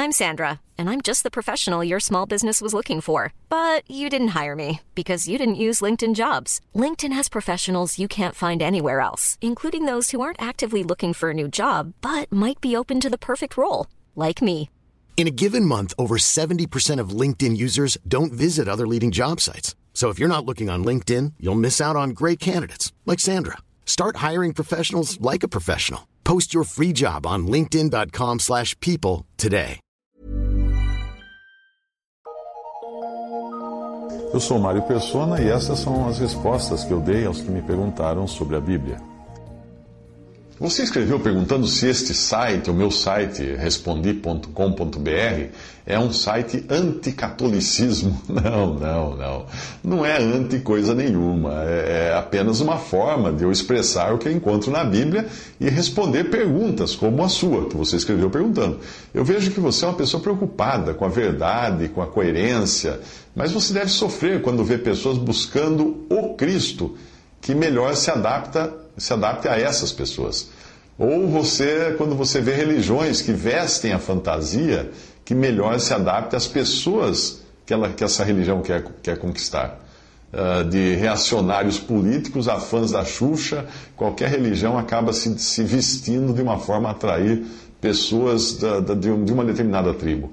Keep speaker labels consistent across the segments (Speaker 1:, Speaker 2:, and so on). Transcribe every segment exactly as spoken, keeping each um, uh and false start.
Speaker 1: I'm Sandra, and I'm just the professional your small business was looking for. But you didn't hire me because you didn't use LinkedIn Jobs. LinkedIn has professionals you can't find anywhere else, including those who aren't actively looking for a new job, but might be open to the perfect role, like me.
Speaker 2: In a given month, over seventy percent of LinkedIn users don't visit other leading job sites. So if you're not looking on LinkedIn, you'll miss out on great candidates like Sandra. Start hiring professionals like a professional. Post your free job on linkedin dot com slash people today.
Speaker 3: Eu sou Mário Persona e essas são as respostas que eu dei aos que me perguntaram sobre a Bíblia. Você escreveu perguntando se este site, o meu site, respondi ponto com ponto b r, é um site anticatolicismo. Não, não, não. Não é anti coisa nenhuma. É apenas uma forma de eu expressar o que eu encontro na Bíblia e responder perguntas como a sua, que você escreveu perguntando. Eu vejo que você é uma pessoa preocupada com a verdade, com a coerência, mas você deve sofrer quando vê pessoas buscando o Cristo que melhor se adapta se adapte a essas pessoas. Ou você, quando você vê religiões que vestem a fantasia, que melhor se adapte às pessoas que, ela, que essa religião quer, quer conquistar. Uh, de reacionários políticos a fãs da Xuxa, qualquer religião acaba se, se vestindo de uma forma a atrair pessoas da, da, de uma determinada tribo.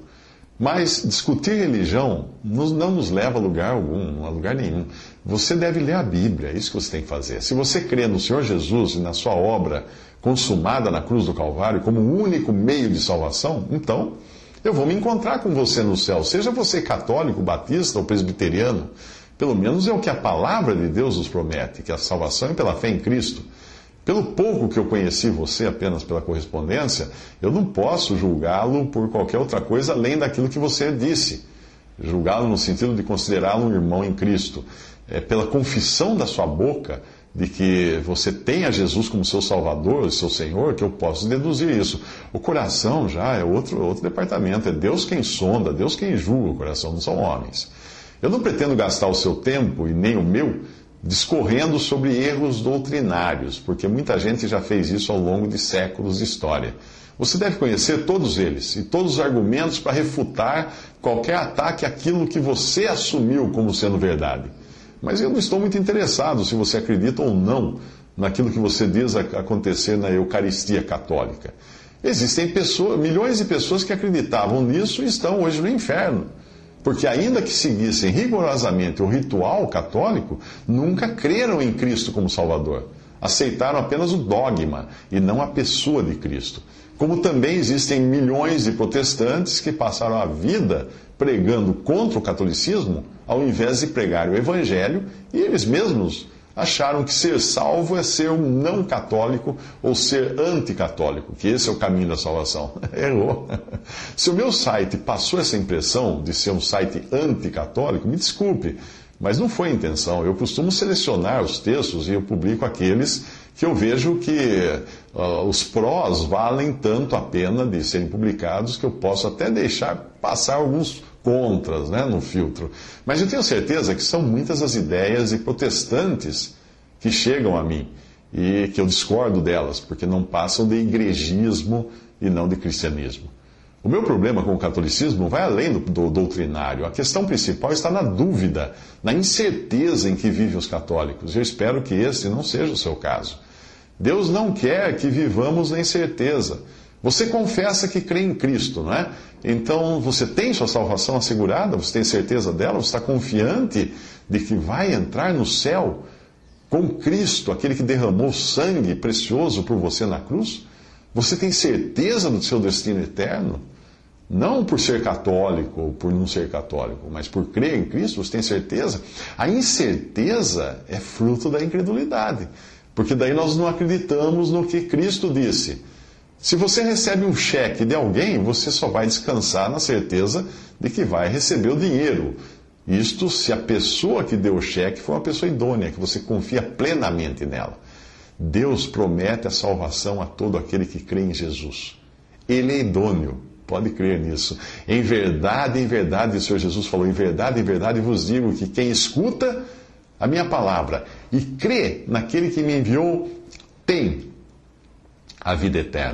Speaker 3: Mas discutir religião não nos leva a lugar algum, a lugar nenhum. Você deve ler a Bíblia, é isso que você tem que fazer. Se você crê no Senhor Jesus e na sua obra consumada na cruz do Calvário como o único meio de salvação, então eu vou me encontrar com você no céu. Seja você católico, batista ou presbiteriano, pelo menos é o que a palavra de Deus nos promete, que a salvação é pela fé em Cristo. Pelo pouco que eu conheci você apenas pela correspondência, eu não posso julgá-lo por qualquer outra coisa além daquilo que você disse. Julgá-lo no sentido de considerá-lo um irmão em Cristo. É pela confissão da sua boca de que você tem a Jesus como seu Salvador, seu Senhor, que eu posso deduzir isso. O coração já é outro, outro departamento. É Deus quem sonda, Deus quem julga o coração, não são homens. Eu não pretendo gastar o seu tempo, e nem o meu, discorrendo sobre erros doutrinários, porque muita gente já fez isso ao longo de séculos de história. Você deve conhecer todos eles e todos os argumentos para refutar qualquer ataque àquilo que você assumiu como sendo verdade. Mas eu não estou muito interessado se você acredita ou não naquilo que você diz acontecer na Eucaristia Católica. Existem pessoas, milhões de pessoas que acreditavam nisso e estão hoje no inferno. Porque ainda que seguissem rigorosamente o ritual católico, nunca creram em Cristo como Salvador. Aceitaram apenas o dogma e não a pessoa de Cristo. Como também existem milhões de protestantes que passaram a vida pregando contra o catolicismo, ao invés de pregar o evangelho, e eles mesmos acharam que ser salvo é ser um não católico ou ser anticatólico, que esse é o caminho da salvação. Errou. Se o meu site passou essa impressão de ser um site anticatólico, me desculpe, mas não foi a intenção. Eu costumo selecionar os textos e eu publico aqueles que eu vejo que uh, os prós valem tanto a pena de serem publicados que eu posso até deixar passar alguns contras, né, no filtro. Mas eu tenho certeza que são muitas as ideias de protestantes que chegam a mim e que eu discordo delas, porque não passam de igrejismo e não de cristianismo. O meu problema com o catolicismo vai além do, do doutrinário. A questão principal está na dúvida, na incerteza em que vivem os católicos. Eu espero que esse não seja o seu caso. Deus não quer que vivamos na incerteza. Você confessa que crê em Cristo, não é? Então, você tem sua salvação assegurada? Você tem certeza dela? Você está confiante de que vai entrar no céu com Cristo, aquele que derramou sangue precioso por você na cruz? Você tem certeza do seu destino eterno? Não por ser católico ou por não ser católico, mas por crer em Cristo, você tem certeza? A incerteza é fruto da incredulidade, porque daí nós não acreditamos no que Cristo disse. Se você recebe um cheque de alguém, você só vai descansar na certeza de que vai receber o dinheiro. Isto se a pessoa que deu o cheque for uma pessoa idônea, que você confia plenamente nela. Deus promete a salvação a todo aquele que crê em Jesus. Ele é idôneo, pode crer nisso. Em verdade, em verdade, o Senhor Jesus falou, em verdade, em verdade vos digo que quem escuta a minha palavra e crê naquele que me enviou, tem a vida eterna.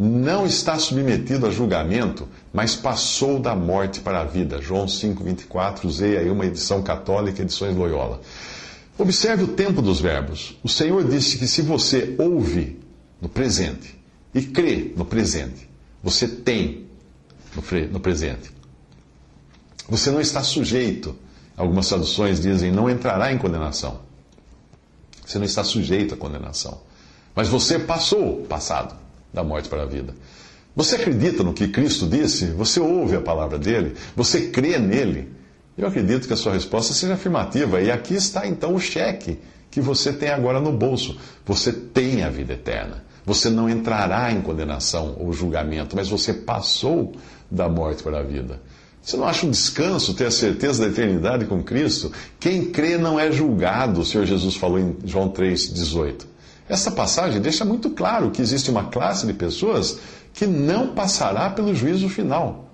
Speaker 3: não está submetido a julgamento, mas passou da morte para a vida. João cinco, vinte e quatro, usei aí uma edição católica, edições Loyola. Observe o tempo dos verbos. O Senhor disse que se você ouve no presente e crê no presente, você tem no, no presente. Você não está sujeito. Algumas traduções dizem, não entrará em condenação. Você não está sujeito à condenação. Mas você passou, passado, da morte para a vida. Você acredita no que Cristo disse? Você ouve a palavra dele? Você crê nele? Eu acredito que a sua resposta seja afirmativa. E aqui está então o cheque que você tem agora no bolso. Você tem a vida eterna. Você não entrará em condenação ou julgamento, mas você passou da morte para a vida. Você não acha um descanso ter a certeza da eternidade com Cristo? Quem crê não é julgado, o Senhor Jesus falou em João três, dezoito. Essa passagem deixa muito claro que existe uma classe de pessoas que não passará pelo juízo final.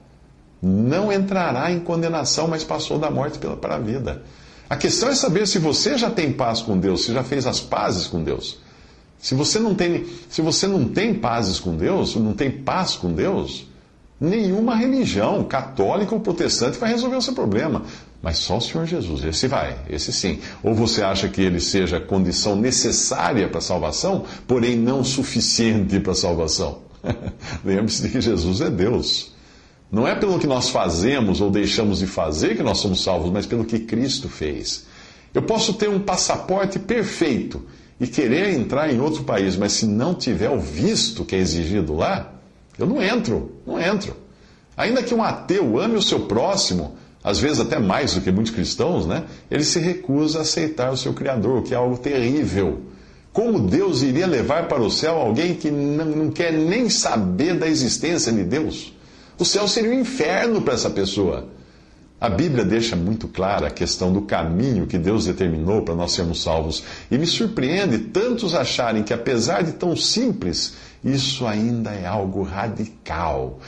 Speaker 3: Não entrará em condenação, mas passou da morte para a vida. A questão é saber se você já tem paz com Deus, se já fez as pazes com Deus. Se você não tem, se você não tem pazes com Deus, não tem paz com Deus, nenhuma religião, católica ou protestante, vai resolver o seu problema. Mas só o Senhor Jesus, esse vai, esse sim. Ou você acha que ele seja a condição necessária para a salvação, porém não suficiente para a salvação? Lembre-se de que Jesus é Deus. Não é pelo que nós fazemos ou deixamos de fazer que nós somos salvos, mas pelo que Cristo fez. Eu posso ter um passaporte perfeito e querer entrar em outro país, mas se não tiver o visto que é exigido lá, eu não entro, não entro. Ainda que um ateu ame o seu próximo, às vezes até mais do que muitos cristãos, né? Ele se recusa a aceitar o seu Criador, o que é algo terrível. Como Deus iria levar para o céu alguém que não, não quer nem saber da existência de Deus? O céu seria um inferno para essa pessoa. A Bíblia deixa muito clara a questão do caminho que Deus determinou para nós sermos salvos. E me surpreende tantos acharem que, apesar de tão simples, isso ainda é algo radical,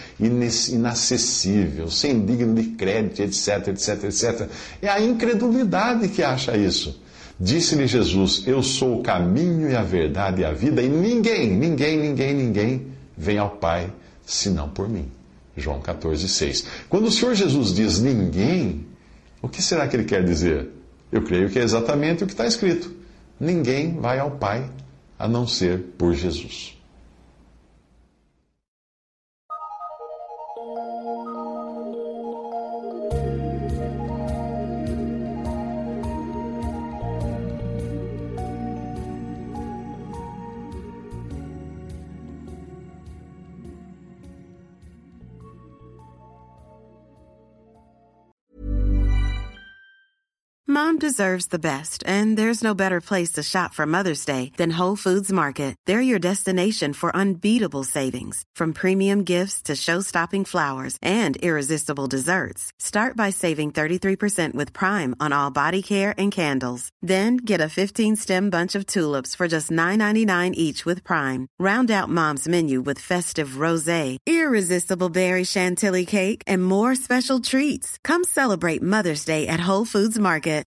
Speaker 3: inacessível, sem digno de crédito, etc, etc, etcétera. É a incredulidade que acha isso. Disse-lhe Jesus, eu sou o caminho e a verdade e a vida, e ninguém, ninguém, ninguém, ninguém vem ao Pai senão por mim. João catorze, seis. Quando o Senhor Jesus diz ninguém, o que será que ele quer dizer? Eu creio que é exatamente o que está escrito. Ninguém vai ao Pai a não ser por Jesus.
Speaker 4: Mom deserves the best, and there's no better place to shop for Mother's Day than Whole Foods Market. They're your destination for unbeatable savings, from premium gifts to show-stopping flowers and irresistible desserts. Start by saving thirty-three percent with Prime on all body care and candles. Then get a fifteen-stem bunch of tulips for just nine ninety-nine each with Prime. Round out Mom's menu with festive rosé, irresistible berry chantilly cake, and more special treats. Come celebrate Mother's Day at Whole Foods Market.